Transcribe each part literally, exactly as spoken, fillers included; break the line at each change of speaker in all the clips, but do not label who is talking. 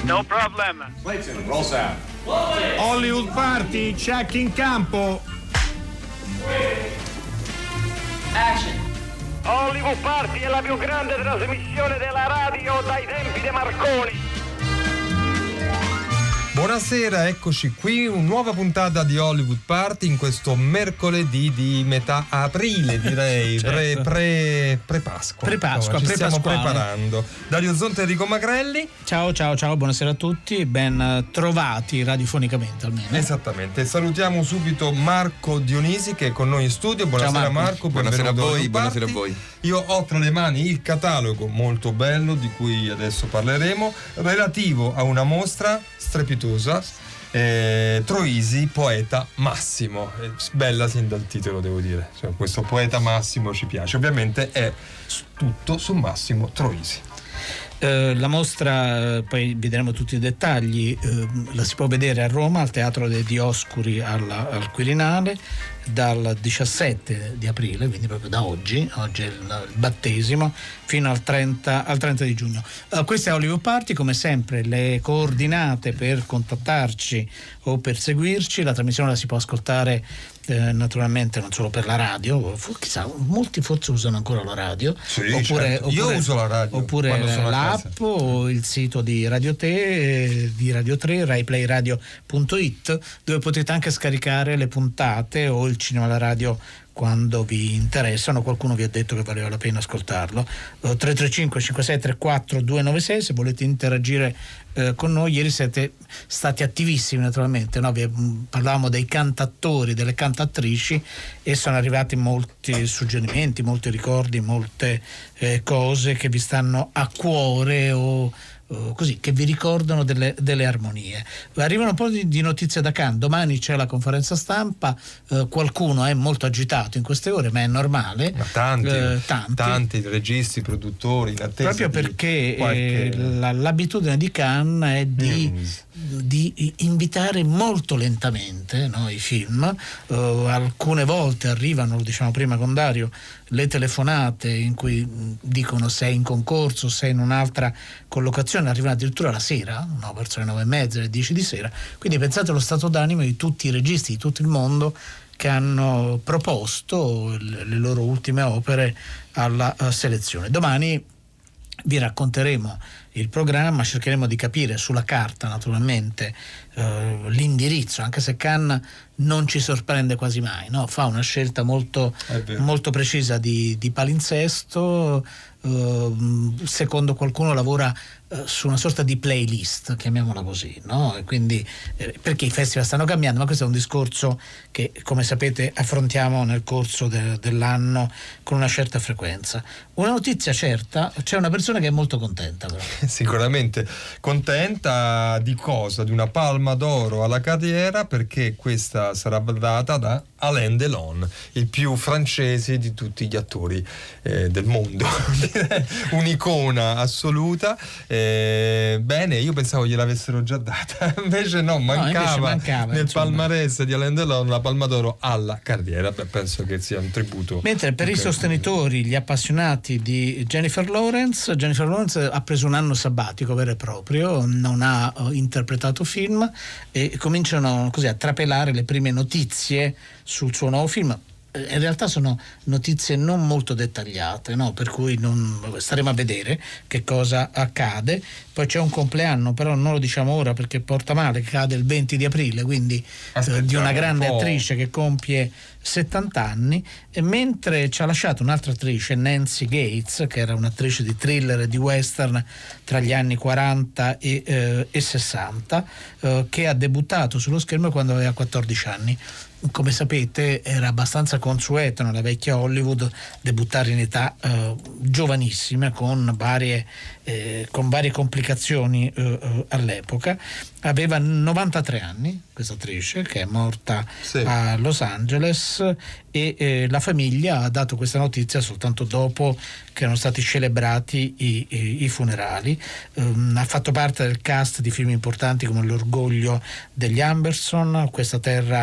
No problem.
Clayton, roll sound.
Hollywood Party, check in campo.
Action. Hollywood Party è la più grande trasmissione della radio dai tempi di Marconi.
Buonasera, eccoci qui, una nuova puntata di Hollywood Party in questo mercoledì di metà aprile, direi,
certo.
pre, pre, pre-Pasqua.
Pre-Pasqua,
Insomma, ci stiamo
pre-pasquale.
preparando. Dario Zonta e Enrico Magrelli.
Ciao, ciao, ciao, buonasera a tutti, ben trovati radiofonicamente almeno.
Esattamente, salutiamo subito Marco Dionisi che è con noi in studio. Buonasera
Ciao, Marco.
Marco,
Buonasera a
benvenuto
voi,
Hollywood
buonasera a
Party.
voi.
Io ho tra le mani il catalogo molto bello di cui adesso parleremo, relativo a una mostra strepitosa, eh, Troisi, poeta Massimo. Eh, bella sin dal titolo, devo dire, cioè, questo poeta Massimo ci piace. Ovviamente è tutto su Massimo Troisi.
Eh, la mostra, eh, poi vedremo tutti i dettagli, eh, la si può vedere a Roma al Teatro dei Dioscuri alla- al Quirinale dal diciassette di aprile, quindi proprio da oggi, oggi è il, il battesimo, fino al trenta, al trenta di giugno. Uh, questa è Hollywood Party, come sempre le coordinate per contattarci o per seguirci, la trasmissione la si può ascoltare eh, naturalmente non solo per la radio, fu- chissà, molti forse usano ancora la radio,
Sì,
oppure,
certo. Io
oppure-
uso la radio
oppure
quando sono a casa.
l'app o il sito di Radio Te, eh, di Radio tre, rai play radio punto it, dove potete anche scaricare le puntate o il cinema alla radio quando vi interessano. Qualcuno vi ha detto che valeva la pena ascoltarlo. uh, tre tre cinque cinque sei tre quattro due nove sei se volete interagire eh, con noi. Ieri siete stati attivissimi naturalmente, no? Vi, mh, parlavamo dei cantatori, delle cantatrici e sono arrivati molti suggerimenti, molti ricordi, molte eh, cose che vi stanno a cuore o così, che vi ricordano delle, delle armonie. Arrivano un po' di, di notizie da Cannes. Domani c'è la conferenza stampa, eh, qualcuno è molto agitato in queste ore, ma è normale.
Ma tanti,
eh, tanti.
tanti registi, produttori in attesa
Proprio
di
perché
qualche...
eh, la, l'abitudine di Cannes è di, di invitare molto lentamente, no, i film. Uh, alcune volte arrivano, lo diciamo prima con Dario, le telefonate in cui dicono se è in concorso, se è in un'altra collocazione, arrivano addirittura la sera, no, verso le nove e mezza, le dieci di sera. Quindi pensate allo stato d'animo di tutti i registi di tutto il mondo che hanno proposto le, le loro ultime opere alla uh, selezione. Domani vi racconteremo il programma, cercheremo di capire sulla carta naturalmente eh, l'indirizzo, anche se Cannes non ci sorprende quasi mai, no? Fa una scelta molto, molto precisa di, di palinsesto. eh, secondo qualcuno lavora eh, su una sorta di playlist, chiamiamola così, no? E quindi eh, perché i festival stanno cambiando, ma questo è un discorso che, come sapete, affrontiamo nel corso de, dell'anno con una certa frequenza. Una notizia certa, c'è una persona che è molto contenta però.
Sicuramente contenta di cosa? Di una palma d'oro alla carriera, perché questa sarà data da Alain Delon, il più francese di tutti gli attori eh, del mondo. Un'icona assoluta. Eh, bene, io pensavo gliel'avessero già data, invece no, mancava,
no, invece mancava
nel
insomma.
palmarès di Alain Delon la palma d'oro alla carriera. Beh, penso che sia un tributo.
Mentre per i sostenitori, gli appassionati di Jennifer Lawrence, Jennifer Lawrence ha preso un anno sabbatico vero e proprio, non ha uh, interpretato film e cominciano così a trapelare le prime notizie sul suo nuovo film. In realtà sono notizie non molto dettagliate, no? Per cui non, staremo a vedere che cosa accade. Poi c'è un compleanno, però non lo diciamo ora perché porta male, che cade il venti di aprile, quindi eh, di una grande
un
attrice che compie settanta anni, e mentre ci ha lasciato un'altra attrice, Nancy Gates, che era un'attrice di thriller e di western tra gli anni quaranta e, eh, e sessanta, eh, che ha debuttato sullo schermo quando aveva quattordici anni. Come sapete era abbastanza consueto nella vecchia Hollywood debuttare in età eh, giovanissime con varie, eh, con varie complicazioni eh, eh, all'epoca. Aveva novantatré anni questa attrice, che è morta
sì.
a Los Angeles, e eh, la famiglia ha dato questa notizia soltanto dopo che erano stati celebrati i, i, i funerali. Um, ha fatto parte del cast di film importanti come L'orgoglio degli Amberson, Questa terra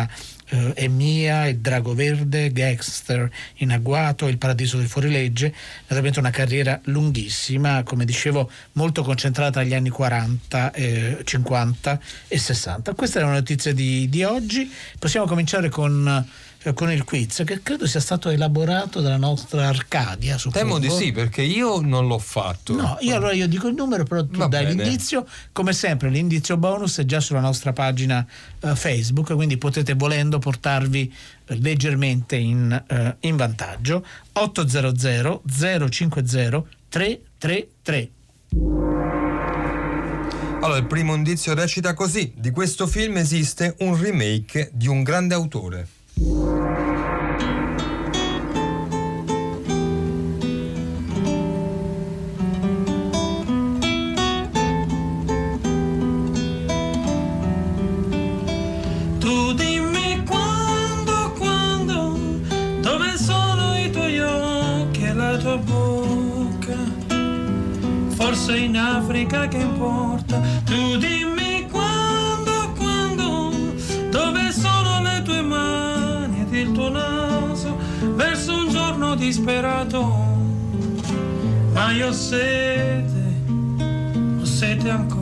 eh, è mia, Il Drago Verde, Gangster in agguato, Il Paradiso del Fuorilegge. Naturalmente una carriera lunghissima, come dicevo, molto concentrata agli anni quaranta, eh, cinquanta e sessanta. Queste erano le notizie di, di oggi. Possiamo cominciare con con il quiz, che credo sia stato elaborato dalla nostra Arcadia.
Temo di sì, perché io non l'ho fatto.
No, io allora io dico il numero, però tu
Va
dai
bene.
l'indizio. Come sempre l'indizio bonus è già sulla nostra pagina uh, Facebook, quindi potete, volendo, portarvi uh, leggermente in, uh, in vantaggio. otto zero zero zero cinque zero tre tre tre.
Allora, il primo indizio recita così: di questo film esiste un remake di un grande autore.
Tu dimmi quando, quando, dove sono i tuoi occhi e la tua bocca? Forse in Africa, che importa? Tu dimmi quando, quando, dove sono le tue mani ed il tuo naso? Verso un giorno disperato, ma io ho sete, ho sete ancora.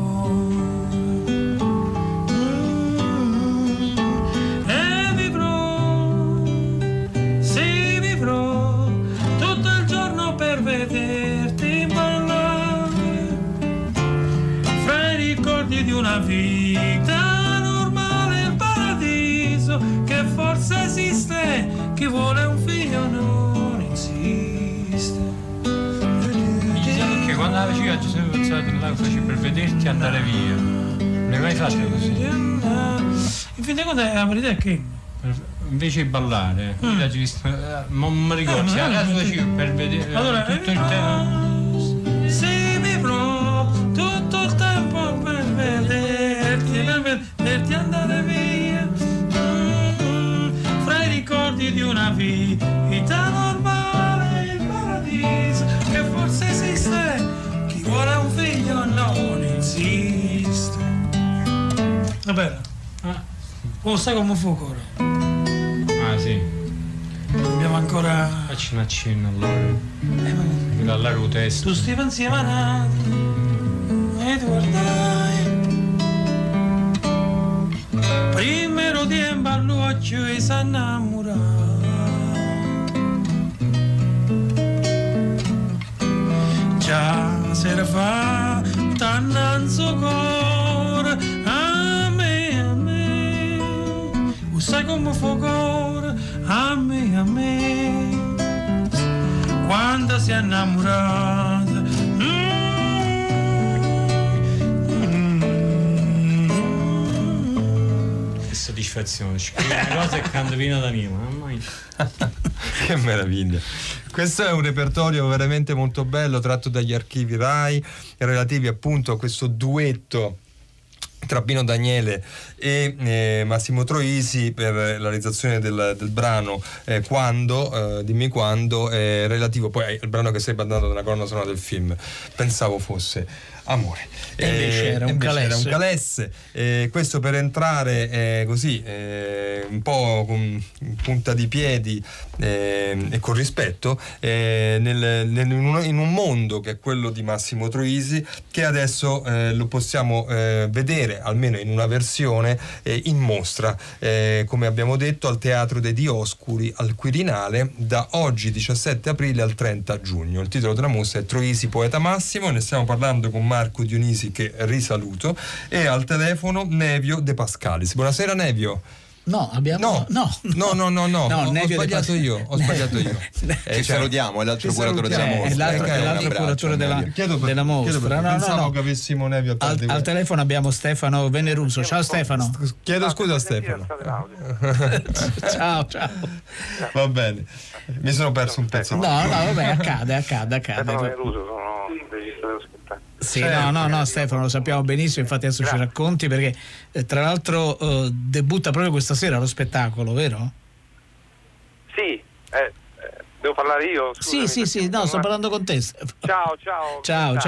Vederti ballare fra i ricordi di una vita normale, il paradiso che forse esiste, chi vuole un figlio non esiste.
Che quando la vecchia ci siamo pensati là faccio per vederti andare via, non hai mai fatto così?
In fin dei conti la verità è che
invece di ballare, mm. la giusta, non mi ricordo,
eh,
a caso
eh,
facevo per vedere
allora,
tutto il tempo.
Sì, vivrò tutto il tempo per vederti, per vederti andare via, mm, fra i ricordi di una vita normale, il paradiso che forse esiste, chi vuole un figlio non esiste. Va bene, ah. Oh, sai come fu ancora?
Ah sì.
Abbiamo ancora.
Facci un accenno allora.
Eh, ma...
Mi dà la testa.
Tu stai insieme a nati e ti guardai. Primero tiempo all'occhio e si innamorò. Già sera fa t'annanzo cuore a me, a me. Sai come fu cuore a me, a me, quando si è innamorata. Mm-hmm.
Che soddisfazione, scrivi una cosa e canta vino da mia, mamma mia.
Che meraviglia. Questo è un repertorio veramente molto bello, tratto dagli archivi Rai, relativi appunto a questo duetto tra Pino Daniele e eh, Massimo Troisi per la realizzazione del, del brano eh, Quando, eh, dimmi quando, eh, relativo poi al brano che sarebbe andato nella colonna sonora del film. Pensavo fosse Amore.
E invece
eh,
era un
invece
calesse.
Era un calesse. Eh, questo per entrare eh, così eh, un po' con punta di piedi eh, e con rispetto eh, nel, nel, in, un, in un mondo che è quello di Massimo Troisi, che adesso eh, lo possiamo eh, vedere almeno in una versione eh, in mostra, eh, come abbiamo detto, al Teatro dei Dioscuri al Quirinale da oggi diciassette aprile al trenta giugno. Il titolo della mostra è Troisi Poeta Massimo. Ne stiamo parlando con Marco Dionisi, che risaluto, e al telefono Nevio De Pascalis. Buonasera Nevio.
No, abbiamo
no, no, no, no, no, no. Ho, ho sbagliato
Pas-
io, ho sbagliato io.
Eh, ci salutiamo, è l'altro curatore della mostra.
È l'altro,
Eh,
è l'altro
un
curatore della,
chiedo per,
della mostra.
chiedo
No, no,
pensavo
no.
che avessimo Nevio al,
Al, al telefono abbiamo Stefano Veneruso. Ciao Stefano.
Chiedo scusa a Stefano.
Ciao, ciao.
Va bene. Mi sono perso un pezzo.
No, no, vabbè, accade, accade, accade.
Stefano Veneruso, sono un regista dello spettacolo.
Sì, no, no, no, Stefano, lo sappiamo benissimo, infatti adesso ci racconti, perché eh, tra l'altro eh, debutta proprio questa sera lo spettacolo, vero?
Sì, eh, eh, devo parlare io?
Sì, sì, sì, no, sto parlando con te, Stefano.
Ciao, ciao.
Ciao,
come
ciao.
stai?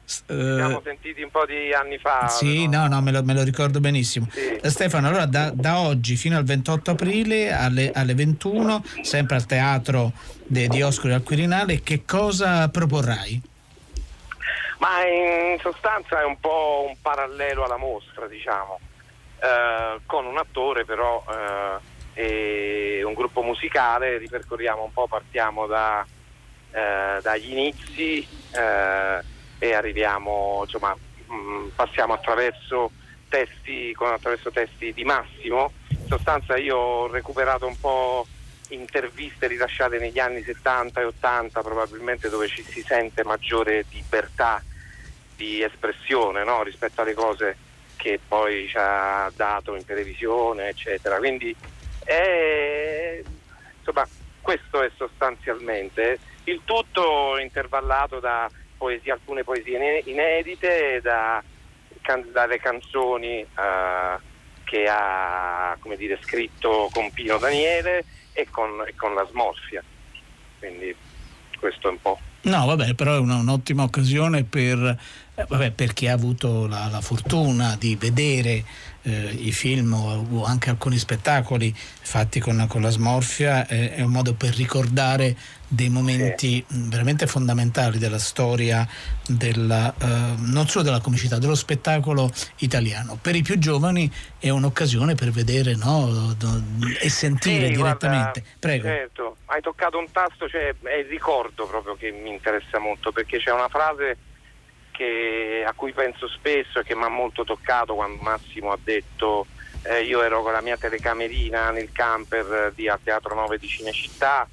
Ci
siamo sentiti un po' di anni fa.
Sì,
però.
no, no, me lo, me lo ricordo benissimo.
Sì.
Stefano, allora da, da oggi fino al ventotto aprile alle, alle ventuno, sempre al Teatro de, di Oscoli al Quirinale, che cosa proporrai?
Ma in sostanza è un po' un parallelo alla mostra, diciamo, eh, con un attore però eh, e un gruppo musicale. Ripercorriamo un po', partiamo da, eh, dagli inizi eh, e arriviamo, insomma, mh, passiamo attraverso testi, con, attraverso testi di Massimo. In sostanza io ho recuperato un po' interviste rilasciate negli anni settanta e ottanta, probabilmente, dove ci si sente maggiore libertà di espressione, no? Rispetto alle cose che poi ci ha dato in televisione, eccetera. Quindi è, insomma, questo è sostanzialmente il tutto, intervallato da poesie, alcune poesie inedite, da can, dalle canzoni eh, che ha, come dire, scritto con Pino Daniele e con, e con la Smorfia. Quindi questo è un po'.
No, vabbè, però è una, un'ottima occasione per, eh, vabbè, per chi ha avuto la, la fortuna di vedere eh, i film o, o anche alcuni spettacoli fatti con, con la Smorfia. Eh, è un modo per ricordare dei momenti sì. veramente fondamentali della storia della, eh, non solo della comicità, dello spettacolo italiano. Per i più giovani è un'occasione per vedere, no, e sentire
sì,
direttamente.
Guarda,
prego.
Certo, hai toccato un tasto, cioè è il ricordo proprio che mi interessa molto, perché c'è una frase che, a cui penso spesso e che mi ha molto toccato, quando Massimo ha detto eh, io ero con la mia telecamerina nel camper di al Teatro nove di Cinecittà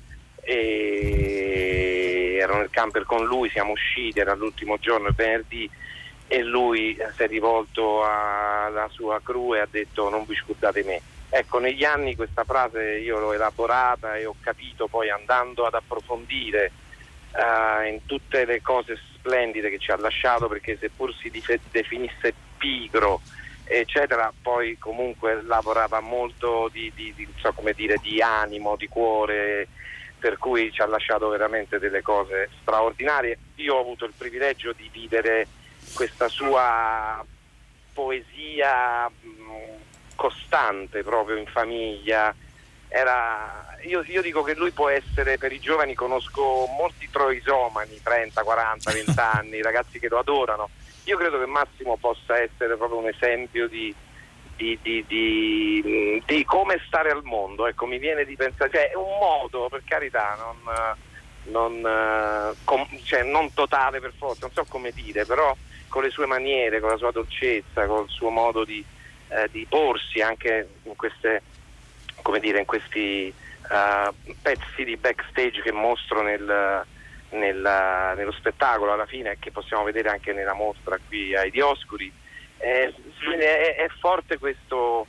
e ero nel camper con lui, siamo usciti, era l'ultimo giorno, il venerdì, e lui si è rivolto alla sua crew e ha detto non vi scordate me. Ecco, negli anni questa frase io l'ho elaborata e ho capito, poi andando ad approfondire uh, in tutte le cose splendide che ci ha lasciato, perché seppur si dif- definisse pigro eccetera, poi comunque lavorava molto di, di, di, so come dire, di animo, di cuore, per cui ci ha lasciato veramente delle cose straordinarie. Io ho avuto il privilegio di vivere questa sua poesia mh, costante proprio in famiglia. Era, io, io dico che lui può essere, per i giovani conosco molti troisomani, trenta, quaranta, venti anni, ragazzi che lo adorano. Io credo che Massimo possa essere proprio un esempio di Di, di, di, di come stare al mondo, ecco, mi viene di pensare, cioè è un modo, per carità, non, non, com, cioè, non totale per forza, non so come dire, però con le sue maniere, con la sua dolcezza, con il suo modo di, eh, di porsi anche in queste, come dire, in questi uh, pezzi di backstage che mostro nel, nel, nello spettacolo alla fine, che possiamo vedere anche nella mostra qui ai Dioscuri. È, è, è forte questo.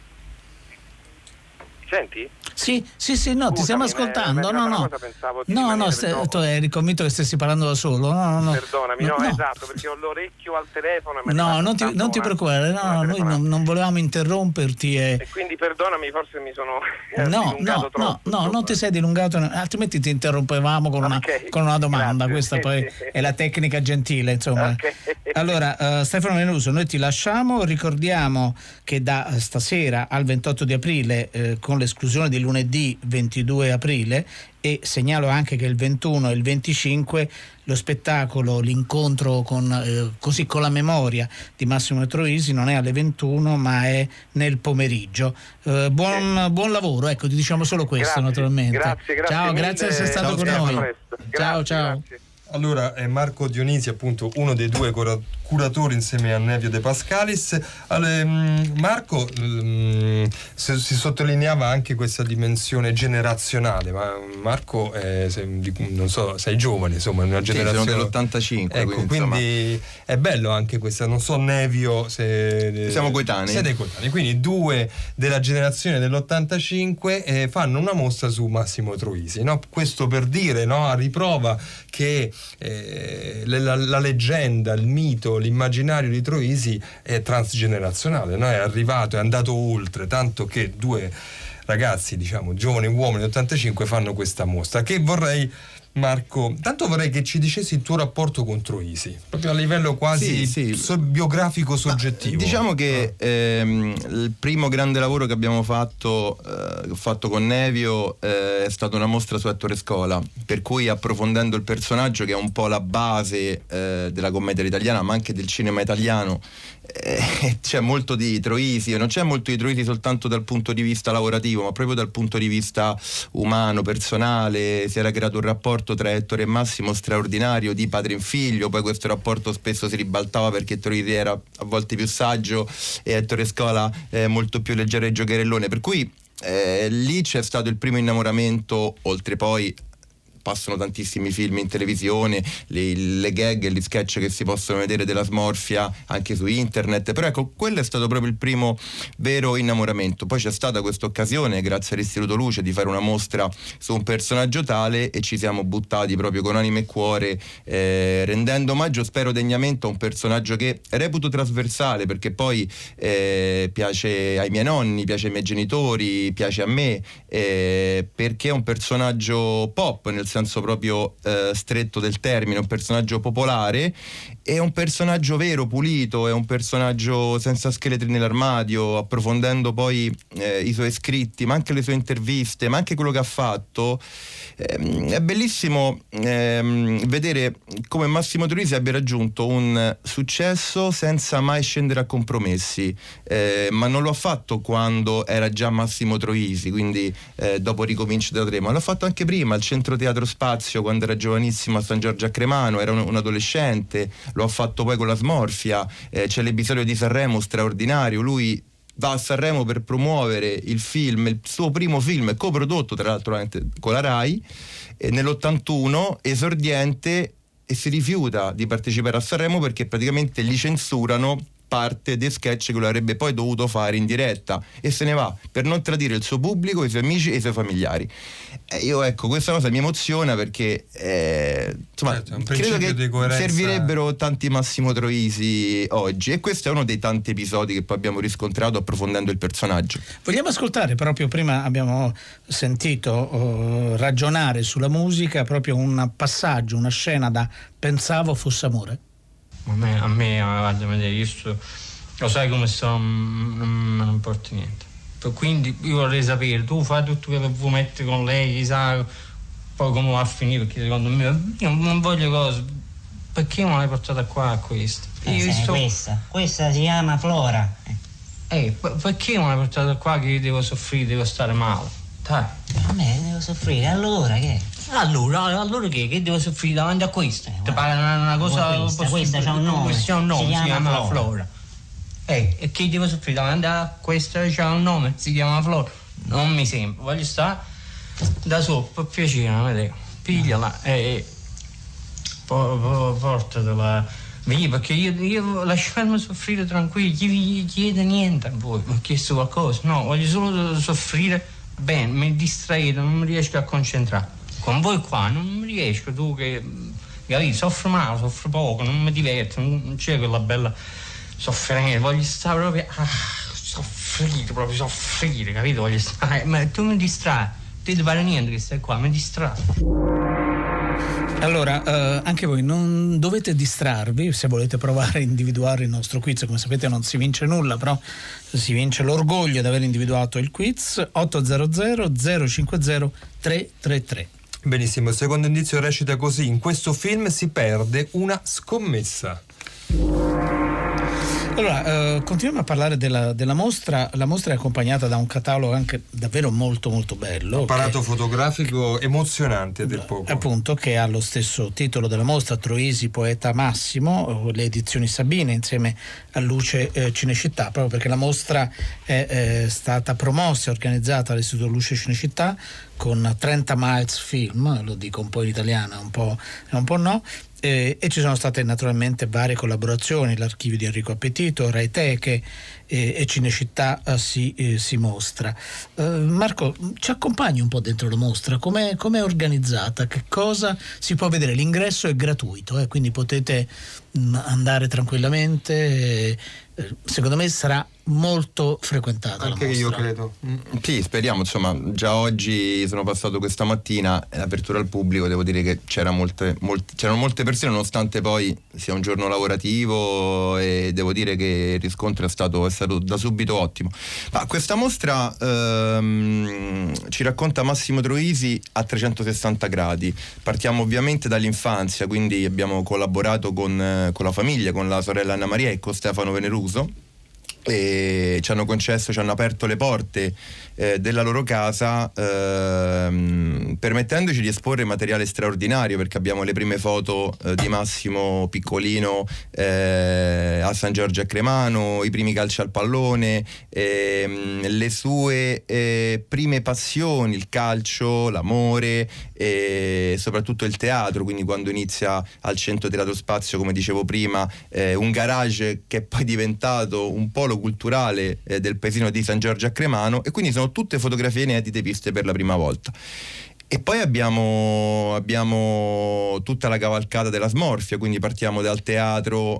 Senti?
Sì, sì, sì, no,
Scusami,
ti stiamo ascoltando. No, no, no, no, st- tu eri convinto che stessi parlando da solo. No, no, no.
Perdonami, no,
no, no.
esatto, perché ho l'orecchio al telefono. E
no, non ti, non ti preoccupare, no, no, noi non, non volevamo interromperti. E...
e quindi perdonami, forse mi sono
no, no,
troppo.
No, no, non ti sei dilungato, altrimenti ti interrompevamo con una,
okay,
con una domanda.
Grazie.
Questa poi è la tecnica gentile, insomma.
Okay.
Allora, uh, Stefano Menuso, noi ti lasciamo, ricordiamo che da stasera al ventotto di aprile, eh, con l'esclusione di lunedì ventidue aprile, e segnalo anche che il ventuno e il venticinque lo spettacolo, l'incontro con, eh, così con la memoria di Massimo Troisi non è alle ventuno ma è nel pomeriggio. Eh, buon, buon lavoro, ecco, ti diciamo solo questo.
Grazie,
naturalmente.
Grazie, grazie
ciao,
mille.
grazie di essere stato
ciao,
con
Stefano.
noi.
Grazie,
ciao, ciao.
Grazie.
Allora, è Marco Dionisi, appunto uno dei due cura- curatori insieme a Nevio De Pascalis. Allora, Marco, mh, se, si sottolineava anche questa dimensione generazionale, ma Marco è, se, non so, sei giovane, insomma, una generazione
sì, sono dell'ottantacinque,
ecco,
quindi,
quindi è bello anche questa, non so Nevio se
siamo coetanei.
Siete coetanei, quindi due della generazione dell'ottantacinque eh, fanno una mostra su Massimo Troisi, no? Questo per dire, no, a riprova che eh, la, la leggenda, il mito, l'immaginario di Troisi è transgenerazionale, no? È arrivato, è andato oltre, tanto che due ragazzi, diciamo giovani uomini ottantacinque fanno questa mostra che vorrei Marco, tanto vorrei che ci dicessi il tuo rapporto con Troisi, proprio a livello quasi
Sì, sì.
so- biografico soggettivo.
Ma diciamo che ehm, il primo grande lavoro che abbiamo fatto, eh, fatto con Nevio, eh, è stata una mostra su Ettore Scola, per cui approfondendo il personaggio, che è un po' la base eh, della commedia italiana, ma anche del cinema italiano, eh, c'è molto di Troisi, e non c'è molto di Troisi soltanto dal punto di vista lavorativo, ma proprio dal punto di vista umano, personale. Si era creato un rapporto tra Ettore e Massimo straordinario, di padre in figlio. Poi questo rapporto spesso si ribaltava perché Troisi era a volte più saggio e Ettore Scola eh, molto più leggero e giocherellone, per cui eh, lì c'è stato il primo innamoramento. Oltre poi passano tantissimi film in televisione, le, le gag e gli sketch che si possono vedere della smorfia anche su internet, però ecco, quello è stato proprio il primo vero innamoramento. Poi c'è stata questa occasione, grazie all'Istituto Luce, di fare una mostra su un personaggio tale, e ci siamo buttati proprio con anima e cuore, eh, rendendo omaggio, spero degnamente, a un personaggio che reputo trasversale, perché poi eh, piace ai miei nonni, piace ai miei genitori, piace a me, eh, perché è un personaggio pop, nel senso senso proprio eh, stretto del termine, un personaggio popolare, è un personaggio vero, pulito, è un personaggio senza scheletri nell'armadio. Approfondendo poi eh, i suoi scritti, ma anche le sue interviste, ma anche quello che ha fatto, ehm, è bellissimo ehm, vedere come Massimo Troisi abbia raggiunto un successo senza mai scendere a compromessi, eh, ma non lo ha fatto quando era già Massimo Troisi, quindi eh, dopo Ricominci da tre, ma l'ha fatto anche prima al Centro Teatro Spazio, quando era giovanissimo a San Giorgio a Cremano, era un, un adolescente. Lo ha fatto poi con la Smorfia, eh, c'è l'episodio di Sanremo straordinario, lui va a Sanremo per promuovere il film, il suo primo film, coprodotto tra l'altro con la Rai, eh, nell'ottantuno, esordiente, e si rifiuta di partecipare a Sanremo perché praticamente gli censurano parte dei sketch che lui avrebbe poi dovuto fare in diretta, e se ne va per non tradire il suo pubblico, i suoi amici e i suoi familiari. E io, ecco, questa cosa mi emoziona perché eh, insomma,
certo,
credo che servirebbero tanti Massimo Troisi oggi, e questo è uno dei tanti episodi che poi abbiamo riscontrato approfondendo il personaggio.
Vogliamo ascoltare, proprio prima abbiamo sentito uh, ragionare sulla musica, proprio un passaggio, una scena da Pensavo fosse amore.
A me, a me guarda, io sto, lo sai come sto, non, non me ne importa niente. Quindi io vorrei sapere, tu fai tutto quello che vuoi mettere con lei, chissà poi come va a finire, perché secondo me io non voglio cose. Perché me l'hai portata qua a questo?
Eh, sto... questa, questa si chiama Flora.
Eh, perché me l'hai portata qua che io devo soffrire, devo stare male? Dai.
A me devo soffrire, allora che?
Allora, allora che? Che devo soffrire davanti a questa? Ti pare una, una cosa
questa, questa c'ha un nome,
questa ha un nome,
si chiama,
si chiama
Flora.
Flora. Eh, e che devo soffrire davanti a questa c'ha un nome, si chiama Flora? Non mi sembra, voglio stare da solo, per piacere, vedete. Pigliala e eh, po, po, portatela via, perché io, io lasciarmi soffrire tranquillo, gli chiede niente a voi, mi ho chiesto qualcosa, no, voglio solo soffrire bene, mi distraete, non mi riesco a concentrare. Con voi qua non mi riesco, tu che, capito, soffro male, soffro poco, non mi diverto, non c'è quella bella sofferenza, voglio stare proprio ah, soffrire, proprio soffrire, capito? Voglio stare, ma tu mi distrai, ti ti pare niente che stai qua, mi distrai.
Allora, eh, anche voi non dovete distrarvi se volete provare a individuare il nostro quiz. Come sapete non si vince nulla, però si vince l'orgoglio di aver individuato il quiz. Otto zero zero zero cinque zero tre tre tre.
Benissimo, il secondo indizio recita così: in questo film si perde una scommessa.
Allora, eh, continuiamo a parlare della, della mostra. La mostra è accompagnata da un catalogo anche davvero molto molto bello.
Apparato
che,
fotografico emozionante a dir poco.
Appunto, che ha lo stesso titolo della mostra, Troisi, poeta Massimo, le edizioni Sabine insieme a Luce eh, Cinecittà, proprio perché la mostra è eh, stata promossa e organizzata all'Istituto Luce Cinecittà con trenta Miles Film, lo dico un po' in italiano, è un po', è un po' no. Eh, e ci sono state naturalmente varie collaborazioni, l'archivio di Enrico Appetito, Rai Teche eh, e Cinecittà eh, si, eh, si mostra. Eh, Marco, ci accompagni un po' dentro la mostra? Com'è, com'è organizzata? Che cosa si può vedere? L'ingresso è gratuito, eh, quindi potete andare tranquillamente. Secondo me sarà molto frequentata.
Anche
la
io
mostra.
credo.
Sì, speriamo, insomma, già oggi sono passato questa mattina, apertura al pubblico, devo dire che c'era molte, molte, c'erano molte persone, nonostante poi sia un giorno lavorativo, e devo dire che il riscontro è stato, è stato da subito ottimo. Ma questa mostra ehm, ci racconta Massimo Troisi a trecentosessanta gradi. Partiamo ovviamente dall'infanzia, quindi abbiamo collaborato con, con la famiglia, con la sorella Anna Maria e con Stefano Veneruso, e ci hanno concesso, ci hanno aperto le porte eh, della loro casa, ehm, permettendoci di esporre materiale straordinario, perché abbiamo le prime foto eh, di Massimo piccolino eh, a San Giorgio a Cremano, i primi calci al pallone, ehm, le sue eh, prime passioni, il calcio, l'amore e soprattutto il teatro, quindi quando inizia al Centro Teatro Spazio, come dicevo prima, eh, un garage che è poi diventato un polo culturale eh, del paesino di San Giorgio a Cremano, e quindi sono tutte fotografie inedite viste per la prima volta. E poi abbiamo, abbiamo tutta la cavalcata della smorfia, quindi partiamo dal teatro,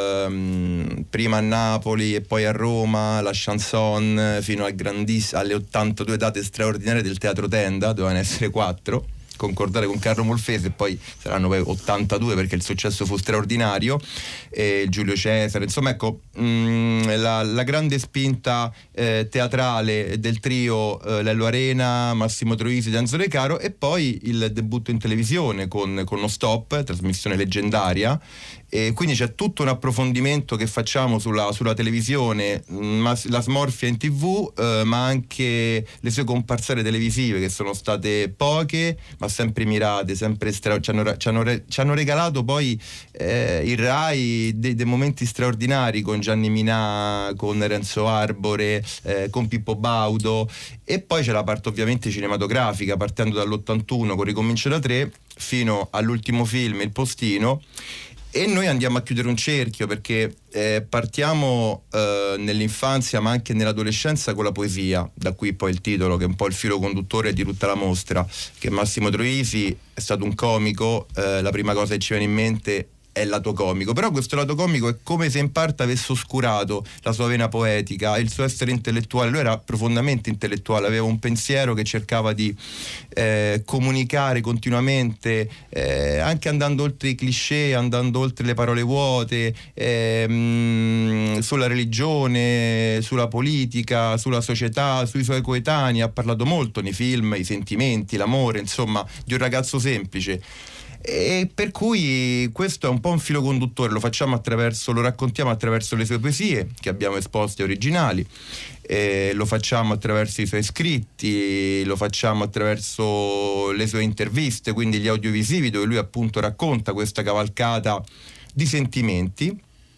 ehm, prima a Napoli e poi a Roma, la chanson, fino al grandiss- alle ottantadue date straordinarie del Teatro Tenda, dovevano essere quattro, concordare con Carlo Molfese, e poi saranno poi ottantadue perché il successo fu straordinario, e Giulio Cesare, insomma, ecco, mh, la, la grande spinta eh, teatrale del trio eh, Lello Arena, Massimo Troisi, Enzo De Caro, e poi il debutto in televisione con, con No Stop, trasmissione leggendaria. E quindi c'è tutto un approfondimento che facciamo sulla, sulla televisione, ma, la smorfia in tv, eh, ma anche le sue comparsate televisive, che sono state poche ma sempre mirate, sempre stra- ci, hanno, ci, hanno, ci hanno regalato poi eh, il Rai dei, dei momenti straordinari con Gianni Minà, con Renzo Arbore, eh, con Pippo Baudo, e poi c'è la parte ovviamente cinematografica, partendo dall'ottantuno con Ricomincio da tre fino all'ultimo film, Il Postino. E noi andiamo a chiudere un cerchio, perché eh, partiamo eh, nell'infanzia ma anche nell'adolescenza con la poesia, da qui poi il titolo, che è un po' il filo conduttore di tutta la mostra, che Massimo Troisi è stato un comico, eh, la prima cosa che ci viene in mente è il lato comico, però questo lato comico è come se in parte avesse oscurato la sua vena poetica, il suo essere intellettuale. Lui era profondamente intellettuale, aveva un pensiero che cercava di eh, comunicare continuamente, eh, anche andando oltre i cliché, andando oltre le parole vuote, eh, mh, sulla religione, sulla politica, sulla società, sui suoi coetanei. Ha parlato molto nei film, i sentimenti, l'amore, insomma, di un ragazzo semplice. E per cui questo è un po' un filo conduttore, lo facciamo attraverso, lo raccontiamo attraverso le sue poesie che abbiamo esposte originali, eh, lo facciamo attraverso i suoi scritti, lo facciamo attraverso le sue interviste, quindi gli audiovisivi, dove lui appunto racconta questa cavalcata di sentimenti.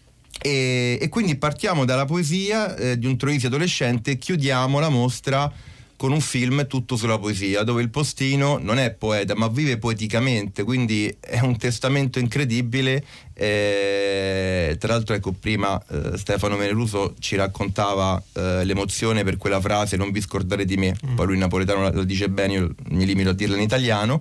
E, e quindi partiamo dalla poesia eh, di un Troisi adolescente e chiudiamo la mostra con un film tutto sulla poesia, dove il Postino non è poeta ma vive poeticamente, quindi è un testamento incredibile. Eh, tra l'altro, ecco, prima eh, Stefano Veneruso ci raccontava eh, l'emozione per quella frase "non vi scordare di me", mm. poi lui in napoletano la, la dice bene, io mi limito a dirla in italiano.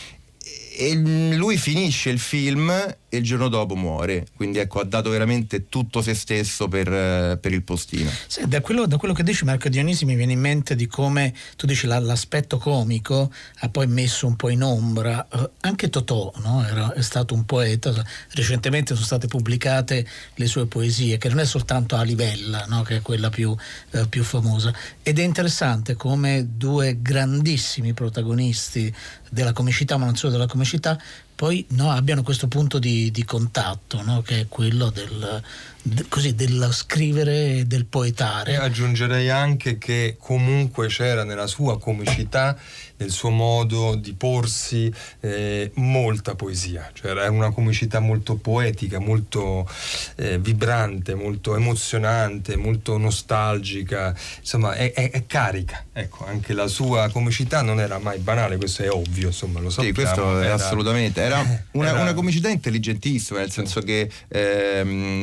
E lui finisce il film e il giorno dopo muore, quindi ecco, ha dato veramente tutto se stesso per, per il Postino.
Sì, da, quello, da quello che dici, Marco Dionisi, mi viene in mente di come tu dici la, l'aspetto comico ha poi messo un po' in ombra eh, anche Totò, no? Era, è stato un poeta, recentemente sono state pubblicate le sue poesie, che non è soltanto A Livella, no? Che è quella più, eh, più famosa, ed è interessante come due grandissimi protagonisti della comicità, ma non solo della comicità, poi no, abbiano questo punto di, di contatto, no? Che è quello del, de, così, del scrivere e del poetare.
E aggiungerei anche che comunque c'era nella sua comicità, nel suo modo di porsi, eh, molta poesia, cioè era una comicità molto poetica, molto eh, vibrante, molto emozionante, molto nostalgica, insomma è, è, è carica. Ecco, anche la sua comicità non era mai banale, questo è ovvio, insomma, lo sappiamo.
Sì, questo è
era,
assolutamente, era una,
era
una comicità intelligentissima, nel senso che ehm, non faceva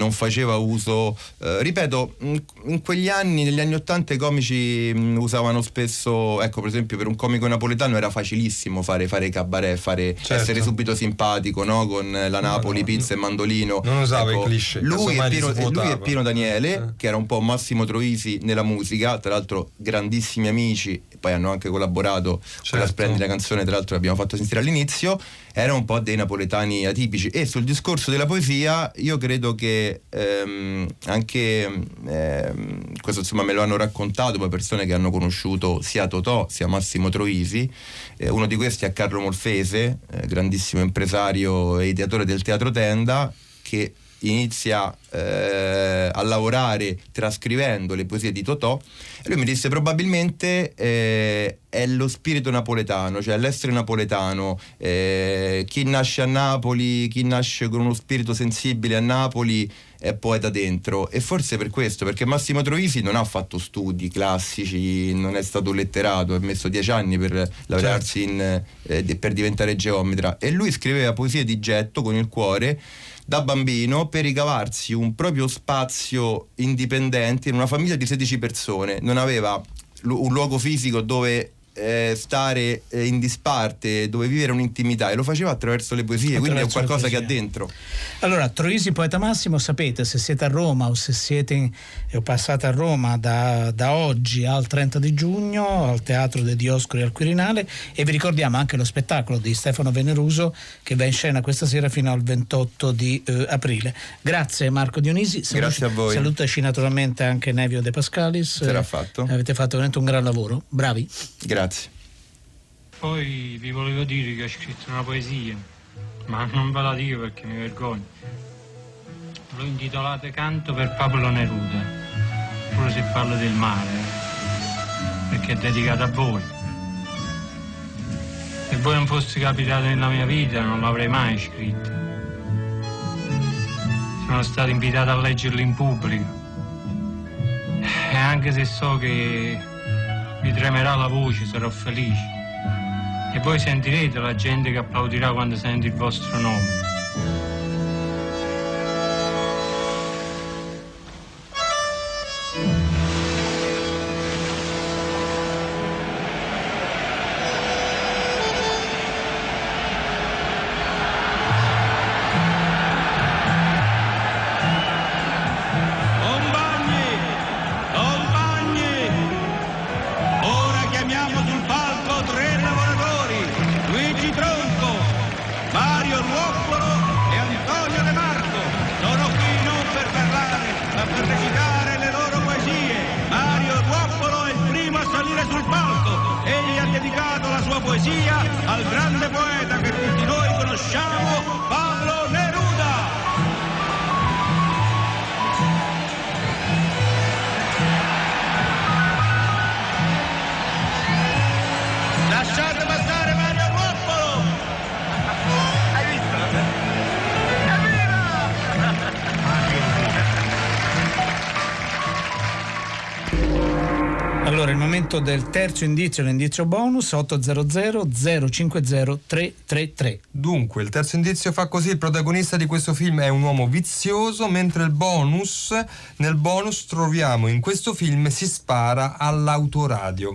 faceva uso, eh, ripeto, in, in quegli anni, negli anni ottanta i comici mh, usavano spesso, ecco per esempio per un comico napoletano era facilissimo fare, fare cabaret, fare, certo. essere subito simpatico, no? Con la Napoli, no, no, pizza e mandolino.
Non usava
ecco,
i cliché.
Lui e, Pino, lui e Pino Daniele, eh. che era un po' Massimo Troisi nella musica, tra l'altro grandissimi amici, poi hanno anche collaborato certo. con la splendida canzone, tra l'altro che abbiamo fatto sentire all'inizio, erano un po' dei napoletani atipici. E sul discorso della poesia io credo che ehm, anche ehm, questo insomma me lo hanno raccontato poi persone che hanno conosciuto sia Totò sia Massimo Troisi, eh, uno di questi è Carlo Molfese, eh, grandissimo impresario e ideatore del Teatro Tenda, che inizia eh, a lavorare trascrivendo le poesie di Totò, e lui mi disse probabilmente eh, è lo spirito napoletano, cioè l'essere napoletano, eh, chi nasce a Napoli, chi nasce con uno spirito sensibile a Napoli è poeta dentro, e forse per questo, perché Massimo Troisi non ha fatto studi classici, non è stato letterato, ha messo dieci anni per laurearsi in, eh, per diventare geometra, e lui scriveva poesie di getto con il cuore da bambino per ricavarsi un proprio spazio indipendente in una famiglia di sedici persone. Non aveva lu- un luogo fisico dove eh, stare eh, in disparte, dove vivere un'intimità, e lo faceva attraverso le poesie, attraverso quindi è qualcosa che ha dentro.
Allora, Troisi Poeta Massimo, sapete, se siete a Roma o se siete in, o passate a Roma da, da oggi al trenta di giugno al Teatro De Dioscuri al Quirinale, e vi ricordiamo anche lo spettacolo di Stefano Veneruso che va in scena questa sera fino al ventotto di eh, aprile. Grazie Marco Dionisi. Saluto,
grazie a voi.
Salutaci naturalmente anche Nevio De Pascalis.
Sarà fatto.
Eh, avete fatto veramente un gran lavoro, bravi.
Grazie.
Poi vi volevo dire che ho scritto una poesia, ma non ve la dico perché mi vergogno. L'ho intitolata Canto per Pablo Neruda, pure se parlo del mare, perché è dedicata a voi. Se voi non foste capitati nella mia vita non l'avrei mai scritta. Sono stato invitato a leggerla in pubblico, e anche se so che mi tremerà la voce, sarò felice. E voi sentirete la gente che applaudirà quando sente il vostro nome.
Al grande poeta che tutti noi conosciamo, Pablo Neruda. Lasciate passare Mario Ruoppolo. Hai visto?
Allora, il momento del terzo indizio, l'indizio bonus otto zero zero zero cinque zero tre tre tre.
Dunque, il terzo indizio fa così: il protagonista di questo film è un uomo vizioso, mentre il bonus, nel bonus troviamo in questo film si spara all'autoradio.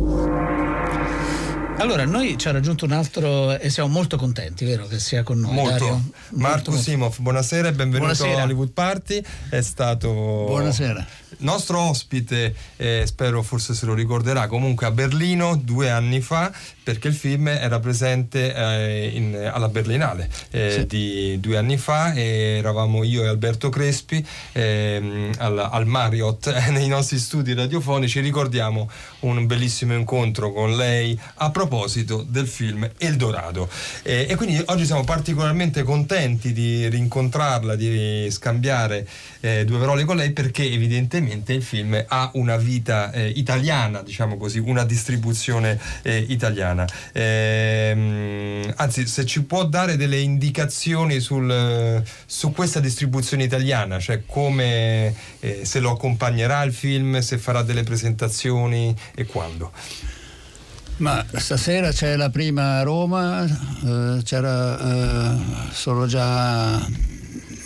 Allora, noi ci ha raggiunto un altro e siamo molto contenti, vero, che sia con noi.
Molto.
Dario?
Marco
molto,
Simov, buonasera e benvenuto
buonasera.
a Hollywood Party. È stato
buonasera.
nostro ospite, eh, spero forse se lo ricorderà, comunque a Berlino due anni fa, perché il film era presente eh, in, alla Berlinale eh, sì. di due anni fa, e eravamo io e Alberto Crespi eh, al, al Marriott eh, nei nostri studi radiofonici. Ricordiamo un bellissimo incontro con lei a proposito del film Eldorado, eh, e quindi oggi siamo particolarmente contenti di rincontrarla, di scambiare eh, due parole con lei, perché evidentemente il film ha una vita eh, italiana, diciamo così, una distribuzione eh, italiana. Ehm, anzi, se ci può dare delle indicazioni sul, su questa distribuzione italiana, cioè come, eh, se lo accompagnerà il film, se farà delle presentazioni e quando.
Ma stasera c'è la prima a Roma, eh, c'era eh, sono già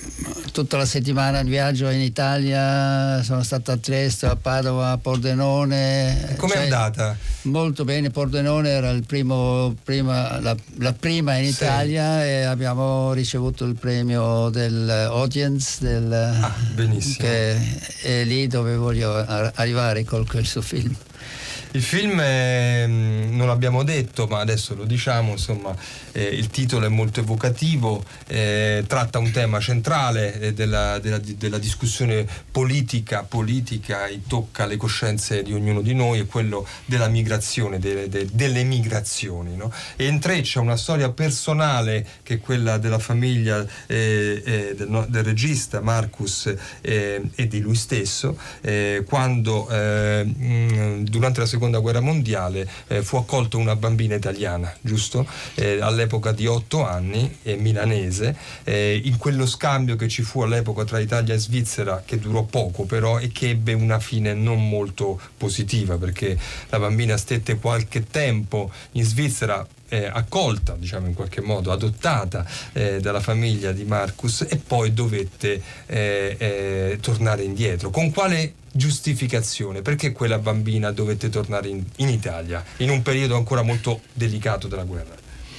tutta la settimana di viaggio in Italia, sono stato a Trieste, a Padova, a Pordenone.
Com'è
cioè,
andata?
Molto bene, Pordenone era il primo, prima, la, la prima in
Sì.
Italia e abbiamo ricevuto il premio dell'audience del,
Ah, benissimo.
che è lì dove voglio arrivare con questo film.
Il film è, non l'abbiamo detto, ma adesso lo diciamo, insomma, eh, il titolo è molto evocativo, eh, tratta un tema centrale eh, della, della, della discussione politica, politica e tocca le coscienze di ognuno di noi, è quello della migrazione, delle, de, delle migrazioni, no? E intreccia una storia personale che è quella della famiglia eh, eh, del, no, del regista Marcus eh, e di lui stesso, eh, quando eh, mh, durante la seconda guerra mondiale eh, fu accolto una bambina italiana, giusto? Eh, all'epoca di otto anni, eh, milanese, eh, in quello scambio che ci fu all'epoca tra Italia e Svizzera, che durò poco però e che ebbe una fine non molto positiva, perché la bambina stette qualche tempo in Svizzera, Eh, accolta, diciamo in qualche modo, adottata eh, dalla famiglia di Marcus, e poi dovette eh, eh, tornare indietro. Con quale giustificazione? Perché quella bambina dovette tornare in, in Italia in un periodo ancora molto delicato della guerra?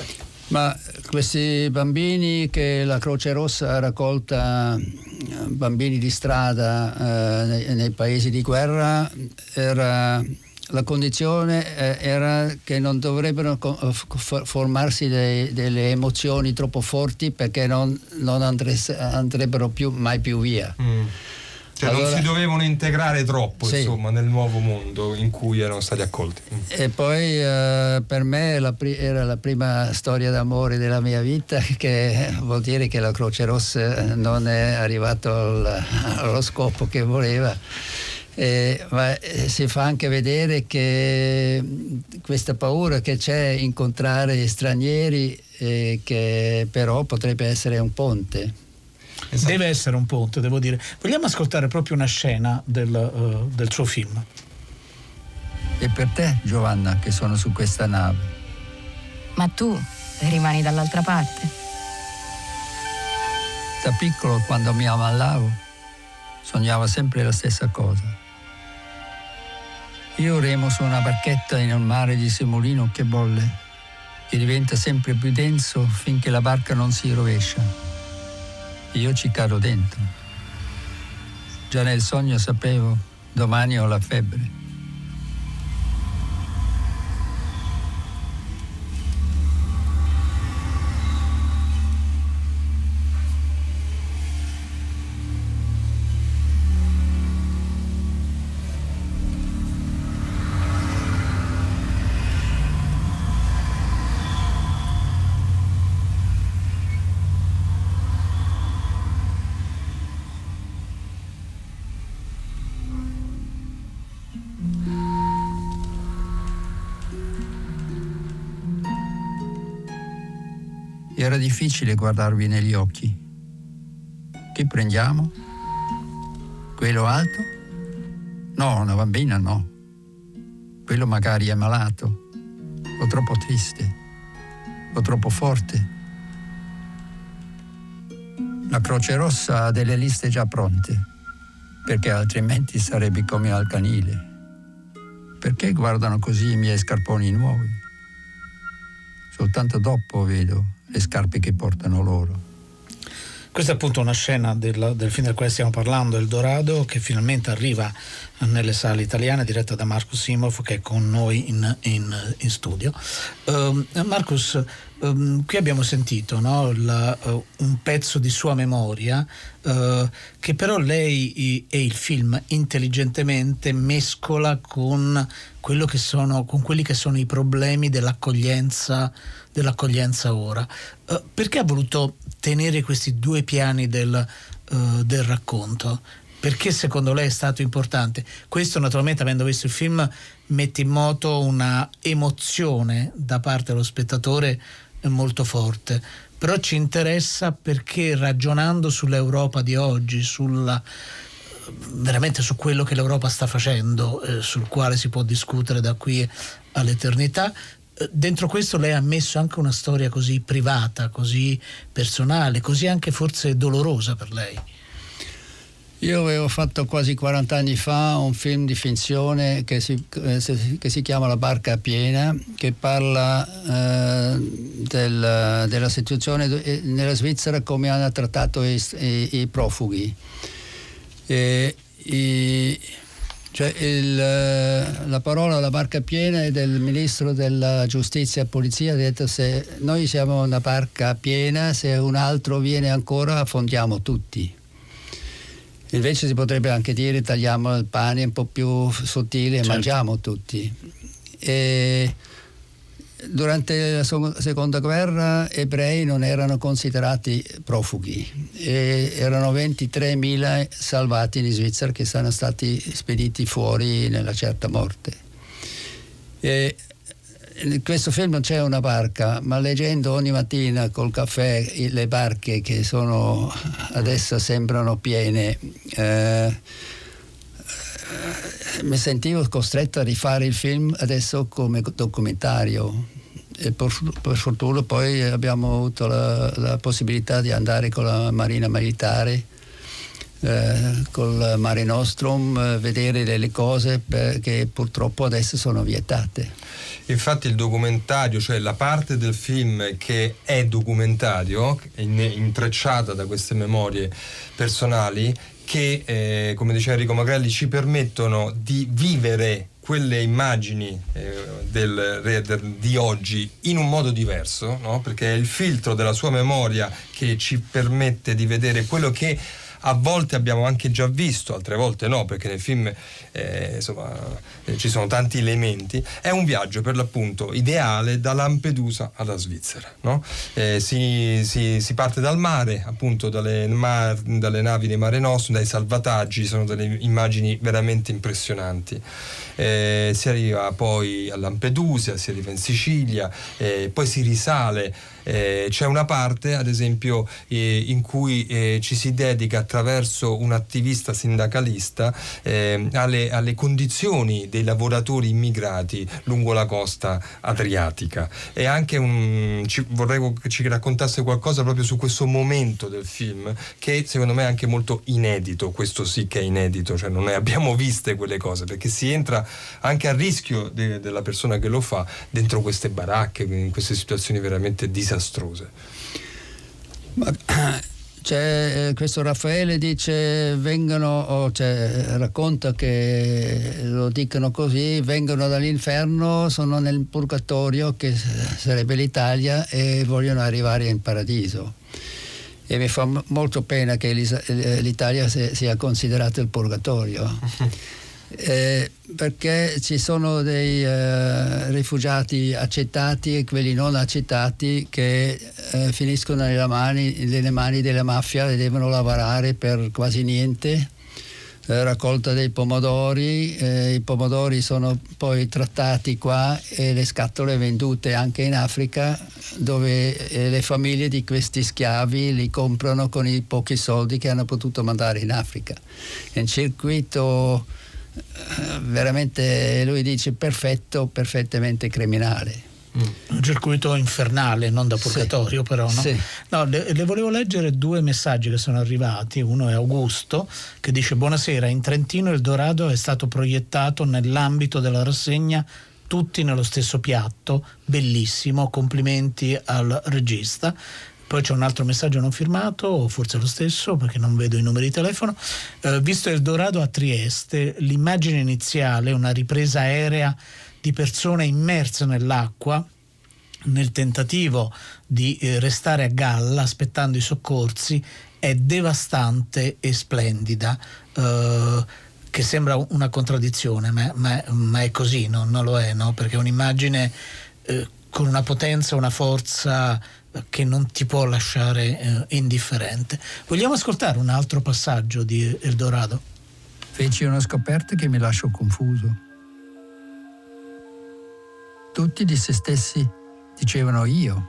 Ma questi bambini che la Croce Rossa ha raccolta, bambini di strada eh, nei, nei paesi di guerra, era... la condizione eh, era che non dovrebbero co- f- formarsi dei, delle emozioni troppo forti, perché non, non andre- andrebbero più, mai più via.
Mm. Cioè allora, non si dovevano integrare troppo,
sì,
insomma, nel nuovo mondo in cui erano stati accolti. Mm.
E poi eh, per me la pri- era la prima storia d'amore della mia vita, che vuol dire che la Croce Rossa non è arrivato al, allo scopo che voleva. Eh, ma eh, si fa anche vedere che questa paura che c'è incontrare stranieri, eh, che però potrebbe essere un ponte.
Esatto. Deve essere un ponte, devo dire. Vogliamo ascoltare proprio una scena del, uh, del suo film.
E per te, Giovanna, che sono su questa nave?
Ma tu rimani dall'altra parte?
Da piccolo, quando mi ammalavo, sognavo sempre la stessa cosa. Io remo su una barchetta in un mare di semolino che bolle, che diventa sempre più denso finché la barca non si rovescia. Io ci cado dentro. Già nel sogno sapevo, domani ho la febbre. Era difficile guardarvi negli occhi. Che prendiamo? Quello alto? No, una bambina no. Quello magari è malato, o troppo triste, o troppo forte. La Croce Rossa ha delle liste già pronte, perché altrimenti sarebbe come al canile. Perché guardano così i miei scarponi nuovi? Soltanto dopo vedo le scarpe che portano loro.
Questa è appunto una scena del, del film del quale stiamo parlando, Eldorado, che finalmente arriva nelle sale italiane, diretta da Marcus Simov, che è con noi in, in, in studio. Uh, Marcus, um, qui abbiamo sentito, no, la, uh, un pezzo di sua memoria, uh, che però lei e il film intelligentemente mescola con quello che sono, con quelli che sono i problemi dell'accoglienza dell'accoglienza ora. Uh, perché ha voluto tenere questi due piani del, uh, del racconto? Perché secondo lei è stato importante? Questo, naturalmente, avendo visto il film, mette in moto una emozione da parte dello spettatore molto forte, però ci interessa perché, ragionando sull'Europa di oggi, sulla veramente su quello che l'Europa sta facendo, eh, sul quale si può discutere da qui all'eternità, dentro questo lei ha messo anche una storia così privata, così personale, così anche forse dolorosa per lei.
Io avevo fatto quasi quaranta anni fa un film di finzione che si, che si chiama La barca piena, che parla eh, del, della situazione nella Svizzera, come hanno trattato i, i, i profughi. E, i, cioè il, la parola La barca piena è del ministro della giustizia e polizia, ha detto: se noi siamo una barca piena, se un altro viene ancora affondiamo tutti. Invece si potrebbe anche dire: tagliamo il pane un po' più sottile e certo. mangiamo tutti. E durante la seconda guerra ebrei non erano considerati profughi, e erano ventitremila salvati in Svizzera che sono stati spediti fuori nella certa morte. E in questo film non c'è una barca, ma leggendo ogni mattina col caffè le barche che sono adesso sembrano piene, eh, mi sentivo costretto a rifare il film adesso come documentario. E per, per fortuna poi abbiamo avuto la, la possibilità di andare con la Marina Militare, eh, col Mare Nostrum, eh, vedere delle cose che purtroppo adesso sono vietate.
Infatti il documentario, cioè la parte del film che è documentario, intrecciata da queste memorie personali, che eh, come diceva Enrico Magrelli ci permettono di vivere quelle immagini eh, del, del, di oggi in un modo diverso, no? Perché è il filtro della sua memoria che ci permette di vedere quello che a volte abbiamo anche già visto, altre volte no, perché nel film eh, insomma eh, ci sono tanti elementi. È un viaggio per l'appunto ideale da Lampedusa alla Svizzera, no? Eh, si, si, si parte dal mare, appunto dalle, mar, dalle navi dei Mare Nostrum, dai salvataggi, sono delle immagini veramente impressionanti. Eh, si arriva poi a Lampedusa, si arriva in Sicilia, eh, poi si risale. Eh, c'è una parte, ad esempio, eh, in cui eh, ci si dedica attraverso un attivista sindacalista eh, alle, alle condizioni dei lavoratori immigrati lungo la costa adriatica. E anche un, ci, vorrei che ci raccontasse qualcosa proprio su questo momento del film, che secondo me è anche molto inedito. Questo sì che è inedito, cioè non ne abbiamo viste quelle cose, perché si entra anche a rischio de, della persona che lo fa dentro queste baracche, in queste situazioni veramente disastrose.
Ma, c'è, questo Raffaele dice vengono, oh, cioè, racconta che lo dicono così: vengono dall'inferno, sono nel purgatorio, che sarebbe l'Italia, e vogliono arrivare in paradiso. E mi fa molto pena che l'Italia sia considerato il purgatorio. Eh, perché ci sono dei eh, rifugiati accettati e quelli non accettati che eh, finiscono nelle mani, nelle mani della mafia e devono lavorare per quasi niente. Eh, raccolta dei pomodori, eh, i pomodori sono poi trattati qua e le scatole vendute anche in Africa, dove eh, le famiglie di questi schiavi li comprano con i pochi soldi che hanno potuto mandare in Africa. È un circuito veramente, lui dice, perfetto, perfettamente criminale.
Mm. Un circuito infernale, non da purgatorio, sì. Però no? Sì. No, le, le volevo leggere due messaggi che sono arrivati. Uno è Augusto, che dice: buonasera, in Trentino il Dorado è stato proiettato nell'ambito della rassegna Tutti nello stesso piatto, bellissimo, complimenti al regista. Poi c'è un altro messaggio non firmato, o forse lo stesso, perché non vedo i numeri di telefono. Eh, visto il Dorado a Trieste, l'immagine iniziale, una ripresa aerea di persone immerse nell'acqua, nel tentativo di eh, restare a galla aspettando i soccorsi, è devastante e splendida, eh, che sembra una contraddizione, ma, ma, ma è così, no? Non lo è, no? Perché è un'immagine eh, con una potenza, una forza che non ti può lasciare eh, indifferente. Vogliamo ascoltare un altro passaggio di El Dorado?
Feci una scoperta che mi lasciò confuso. Tutti di se stessi dicevano io.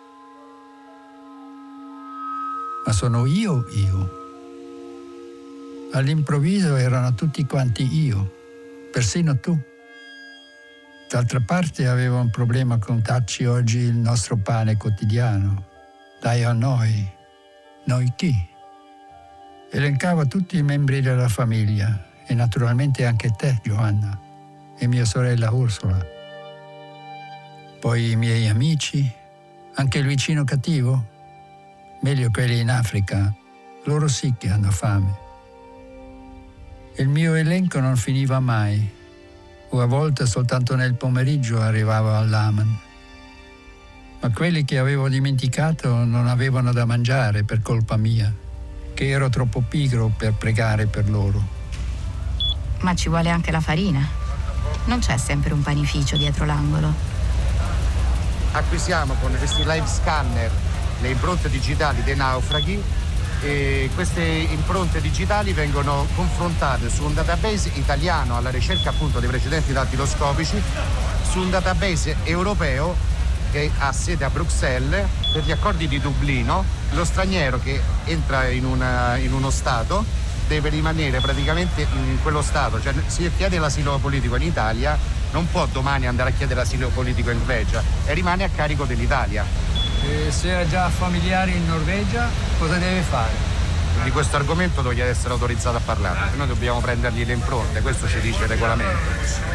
Ma sono io io. All'improvviso erano tutti quanti io, persino tu. D'altra parte avevo un problema con darci oggi il nostro pane quotidiano. Dai a noi. Noi chi? Elencava tutti i membri della famiglia e naturalmente anche te, Giovanna, e mia sorella Ursula. Poi i miei amici, anche il vicino cattivo, meglio quelli in Africa, loro sì che hanno fame. Il mio elenco non finiva mai, o a volte soltanto nel pomeriggio arrivavo all'Aman. Ma quelli che avevo dimenticato non avevano da mangiare per colpa mia, che ero troppo pigro per pregare per loro.
Ma ci vuole anche la farina. Non c'è sempre un panificio dietro l'angolo.
Acquisiamo con questi live scanner le impronte digitali dei naufraghi e queste impronte digitali vengono confrontate su un database italiano alla ricerca appunto dei precedenti dattiloscopici, su un database europeo che ha sede a Bruxelles per gli accordi di Dublino. Lo straniero che entra in, una, in uno Stato deve rimanere praticamente in quello Stato, cioè se chiede l'asilo politico in Italia non può domani andare a chiedere l'asilo politico in Grecia e rimane a carico dell'Italia.
E se ha già familiari in Norvegia, cosa deve fare?
Di questo argomento dovrebbe essere autorizzato a parlare, perché noi dobbiamo prendergli le impronte, questo ci dice il regolamento.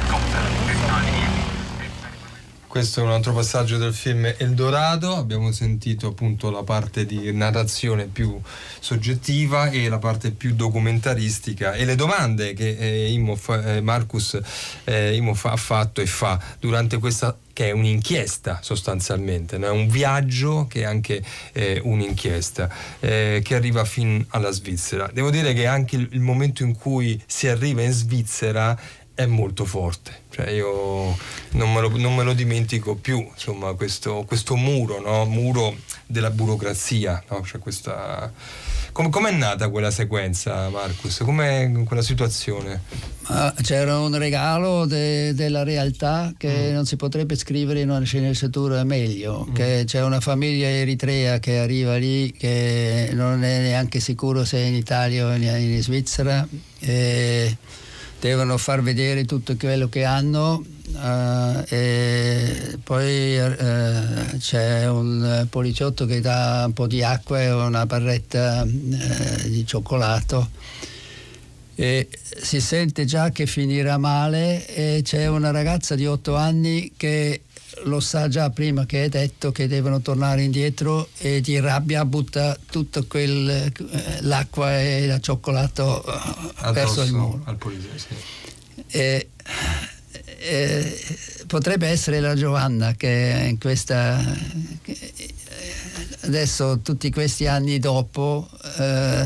Questo è un altro passaggio del film Eldorado. Abbiamo sentito appunto la parte di narrazione più soggettiva e la parte più documentaristica e le domande che eh, Imhoff, eh, Marcus eh, Imhoff ha fatto e fa durante questa, che è un'inchiesta sostanzialmente, no? È un viaggio che è anche eh, un'inchiesta eh, che arriva fin alla Svizzera. Devo dire che anche il, il momento in cui si arriva in Svizzera è molto forte, cioè io non me lo, non me lo dimentico più, insomma, questo, questo muro, no? Muro della burocrazia, no? Cioè questa... Com- com'è nata quella sequenza, Marcus? Com'è quella situazione?
Ma c'era un regalo de- della realtà che mm. non si potrebbe scrivere in una sceneggiatura meglio, mm. che c'è una famiglia eritrea che arriva lì che non è neanche sicuro se è in Italia o in, in Svizzera, e devono far vedere tutto quello che hanno, uh, e poi uh, c'è un poliziotto che dà un po' di acqua e una barretta uh, di cioccolato e si sente già che finirà male, e c'è una ragazza di otto anni che lo sa già prima che è detto che devono tornare indietro e di rabbia butta tutto quel l'acqua e il cioccolato addosso verso il muro
al poliziotto, sì.
e, e, potrebbe essere la Giovanna che in questa che adesso tutti questi anni dopo eh,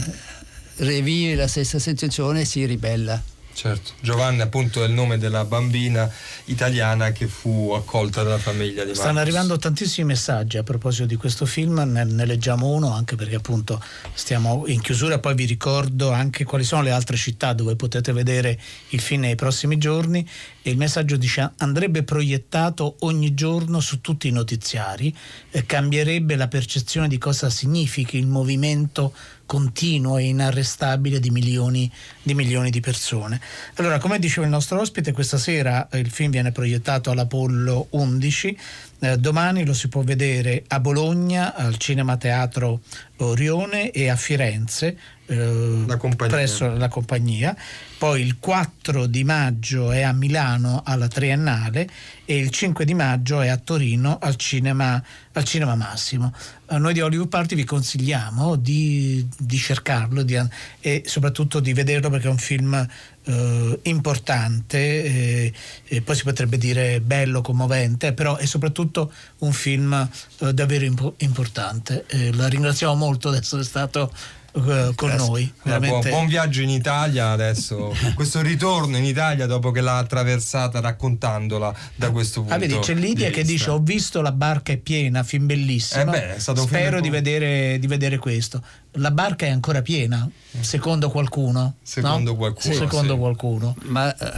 rivive la stessa sensazione e si ribella.
Certo, Giovanna appunto è il nome della bambina italiana che fu accolta dalla famiglia di Marcus.
Stanno arrivando tantissimi messaggi a proposito di questo film, ne, ne leggiamo uno anche perché appunto stiamo in chiusura, poi vi ricordo anche quali sono le altre città dove potete vedere il film nei prossimi giorni, e il messaggio dice: andrebbe proiettato ogni giorno su tutti i notiziari, eh, cambierebbe la percezione di cosa significhi il movimento continuo e inarrestabile di milioni di milioni di persone. Allora, come diceva il nostro ospite, questa sera il film viene proiettato all'Apollo undici, eh, domani lo si può vedere a Bologna al Cinema Teatro Orione e a Firenze eh,
la compagnia.
presso la compagnia, poi il quattro di maggio è a Milano alla Triennale e il cinque di maggio è a Torino al Cinema, al cinema Massimo. Eh, noi di Hollywood Party vi consigliamo di, di cercarlo di, e soprattutto di vederlo perché è un film eh, importante, eh, e poi si potrebbe dire bello, commovente, però è soprattutto un film eh, davvero impo- importante. Eh, la ringraziamo molto di essere stato Uh, con
Grazie.
noi
Veramente... buon, buon viaggio in Italia adesso, questo ritorno in Italia dopo che l'ha attraversata raccontandola da questo punto.
Ah, vedi, c'è Lidia
di
che
vista.
dice: ho visto La barca è piena, film bellissimo,
eh beh, è stato un
spero
film
di,
po'...
vedere, di vedere questo. La barca è ancora piena secondo qualcuno?
Secondo
no?
qualcuno,
secondo
sì.
qualcuno.
Ma uh,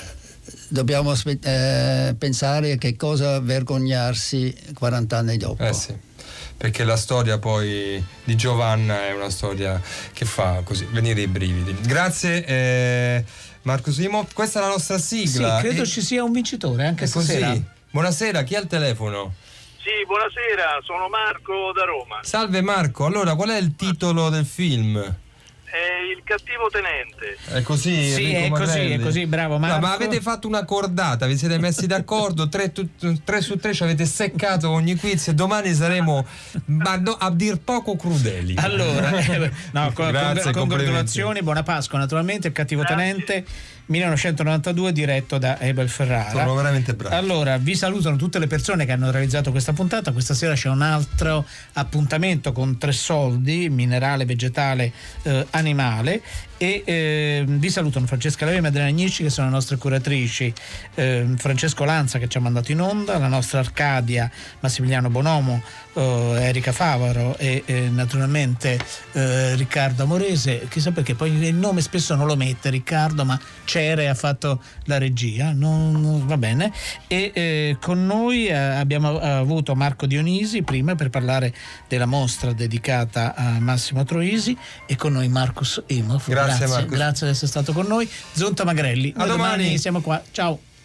dobbiamo aspe- eh, pensare a che cosa vergognarsi quaranta anni dopo.
Eh sì, perché la storia poi di Giovanna è una storia che fa così venire i brividi. Grazie eh, Marcus Imhoff, questa è la nostra sigla.
Sì, credo
e...
ci sia un vincitore anche
è
stasera.
Così. Buonasera, chi ha il telefono?
Sì, buonasera, sono Marco da Roma.
Salve Marco, allora qual è il titolo del film?
è il cattivo tenente.
È così?
Sì,
Enrico
è così,
Marrelli?
è così, bravo Marco.
No, ma avete fatto una cordata, vi siete messi d'accordo, tre, tu, tre su tre ci avete seccato ogni quiz e domani saremo ma no, a dir poco crudeli.
Allora, eh, no, con,
Grazie,
con, congratulazioni, buona Pasqua naturalmente, il cattivo
Grazie.
tenente millenovecentonovantadue diretto da Abel Ferrara.
Sono veramente bravi.
Allora, vi salutano tutte le persone che hanno realizzato questa puntata. Questa sera c'è un altro appuntamento con Tre Soldi, minerale, vegetale, eh, animale. E eh, vi salutano Francesca Lavia e Adriana Agnici, che sono le nostre curatrici, eh, Francesco Lanza, che ci ha mandato in onda, la nostra Arcadia, Massimiliano Bonomo, eh, Erika Favaro e eh, naturalmente eh, Riccardo Amorese. Chissà perché poi il nome spesso non lo mette Riccardo, ma Cere ha fatto la regia, non, non va bene. E eh, con noi eh, abbiamo avuto Marco Dionisi prima per parlare della mostra dedicata a Massimo Troisi, e con noi Marcus Imhoff.
Grazie,
Grazie,
Marcus.
grazie di essere stato con noi. Zonta Magrelli,
A
noi
domani.
domani siamo qua. Ciao.